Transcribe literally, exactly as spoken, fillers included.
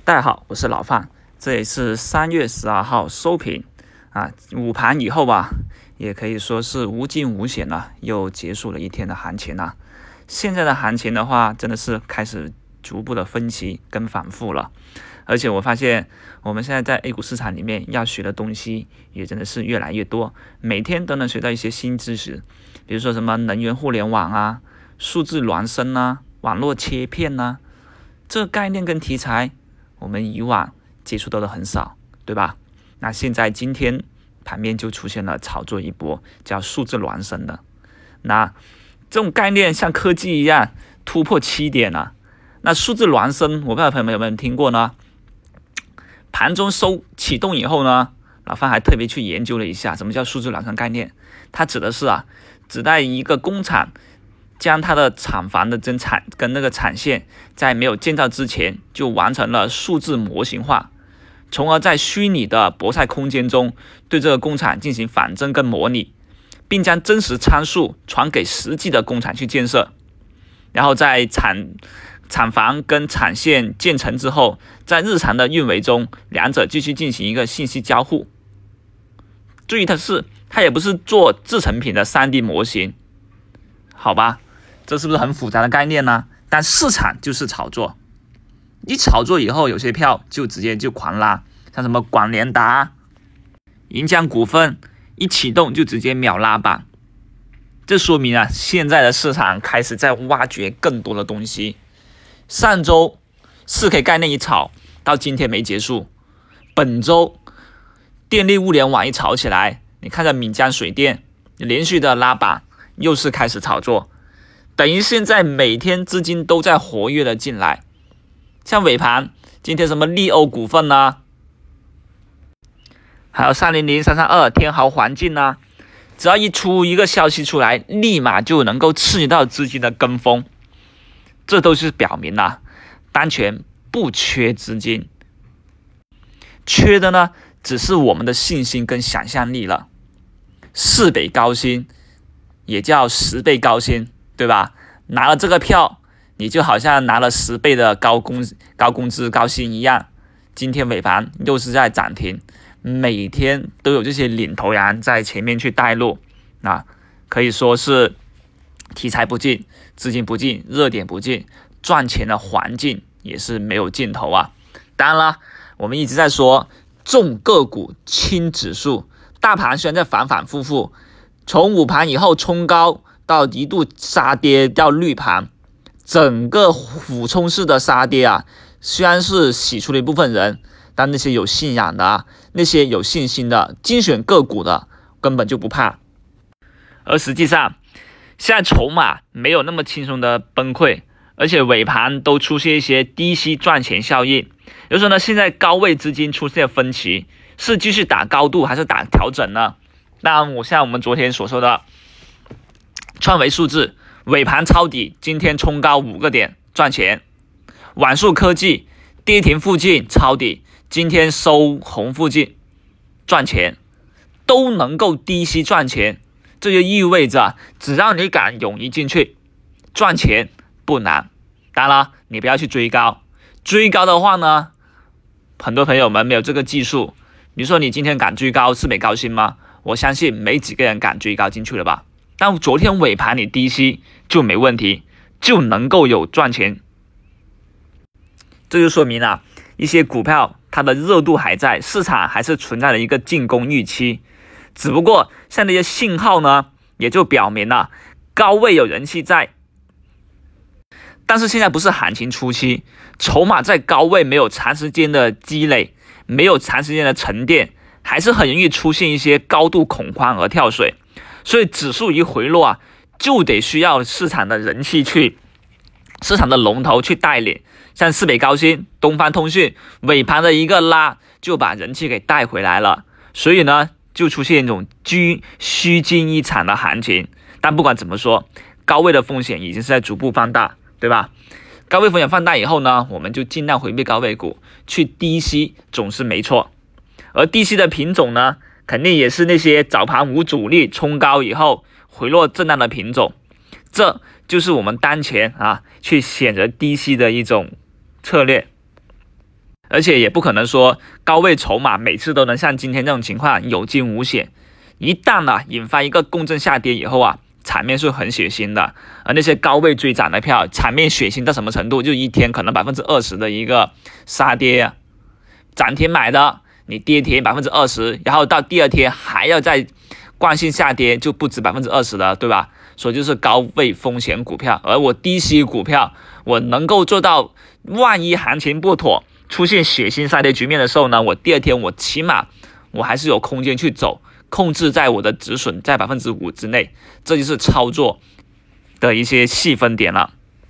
大家好，我是老范，这也是三月十二号收评啊，午盘以后吧，也可以说是无惊无险了，又结束了一天的行情了。现在的行情的话，真的是开始逐步的分歧跟反复了，而且我发现我们现在在 A 股市场里面要学的东西也真的是越来越多，每天都能学到一些新知识，比如说什么能源互联网啊、数字孪生啊、网络切片啊，这个概念跟题材我们以往接触到的很少，对吧？那现在今天盘面就出现了炒作一波，叫数字孪生的。那这种概念像科技一样突破七点了。那数字孪生，我不知道朋友们有没有听过呢？盘中收启动以后呢，老范还特别去研究了一下，什么叫数字孪生概念？它指的是啊，指代一个工厂将它的厂房的真产跟那个产线在没有建造之前就完成了数字模型化，从而在虚拟的博赛空间中对这个工厂进行仿真跟模拟，并将真实参数传给实际的工厂去建设，然后在产厂房跟产线建成之后，在日常的运维中，两者继续进行一个信息交互。注意的是，它也不是做制成品的 三 D 模型，好吧？这是不是很复杂的概念呢？但市场就是炒作，一炒作以后，有些票就直接就狂拉，像什么广联达、银江股份一启动就直接秒拉板，这说明啊，现在的市场开始在挖掘更多的东西。上周 四 K 概念一炒，到今天没结束，本周电力物联网一炒起来，你看着闽江水电连续的拉板，又是开始炒作。等于现在每天资金都在活跃的进来，像尾盘今天什么利欧股份啊，还有三零零、三三二天豪环境啊，只要一出一个消息出来，立马就能够刺激到资金的跟风，这都是表明了当前不缺资金，缺的呢只是我们的信心跟想象力了。四倍高薪也叫十倍高薪，对吧？拿了这个票，你就好像拿了十倍的高工高工资高薪一样。今天尾盘又是在涨停，每天都有这些领头羊在前面去带路，啊，可以说是题材不进，资金不进，热点不进，赚钱的环境也是没有尽头啊。当然了，我们一直在说重个股轻指数，大盘虽然在反反复复，从午盘以后冲高到一度杀跌到绿盘，整个俯冲式的杀跌啊，虽然是洗出了一部分人，但那些有信仰的啊，那些有信心的精选个股的根本就不怕。而实际上现在筹码没有那么轻松的崩溃，而且尾盘都出现一些低吸赚钱效应。有时候呢，现在高位资金出现分歧，是继续打高度还是打调整呢？当然，我像我们昨天所说的创维数字尾盘抄底，今天冲高五个点赚钱；网速科技跌停附近抄底，今天收红附近赚钱，都能够低吸赚钱。这就意味着只要你敢勇于进去，赚钱不难。当然了，你不要去追高，追高的话呢，很多朋友们没有这个技术。你说你今天敢追高是没高兴吗？我相信没几个人敢追高进去了吧。但昨天尾盘你低吸就没问题，就能够有赚钱。这就说明了一些股票它的热度还在，市场还是存在了一个进攻预期。只不过像这些信号呢，也就表明了高位有人气在，但是现在不是行情初期，筹码在高位没有长时间的积累，没有长时间的沉淀，还是很容易出现一些高度恐慌而跳水。所以指数一回落啊，就得需要市场的人气去，市场的龙头去带领，像四北高新、东方通讯尾盘的一个拉，就把人气给带回来了。所以呢，就出现一种居虚惊一场的行情。但不管怎么说，高位的风险已经是在逐步放大，对吧？高位风险放大以后呢，我们就尽量回避高位股，去低吸总是没错。而低吸的品种呢，肯定也是那些早盘无主力冲高以后回落震荡的品种，这就是我们当前啊去选择低吸的一种策略。 而且也不可能说高位筹码每次都能像今天这种情况有惊无险。一旦啊引发一个共振下跌以后啊，场面是很血腥的。而那些高位追涨的票，场面血腥到什么程度？就一天可能百分之二十的一个杀跌啊，涨停买的，你第一天百分之二十，然后到第二天还要再惯性下跌，就不止百分之二十了，对吧？所以就是高位风险股票。而我低吸股票，我能够做到，万一行情不妥，出现血腥杀跌局面的时候呢，我第二天我起码我还是有空间去走，控制在我的止损在百分之五之内，这就是操作的一些细分点了。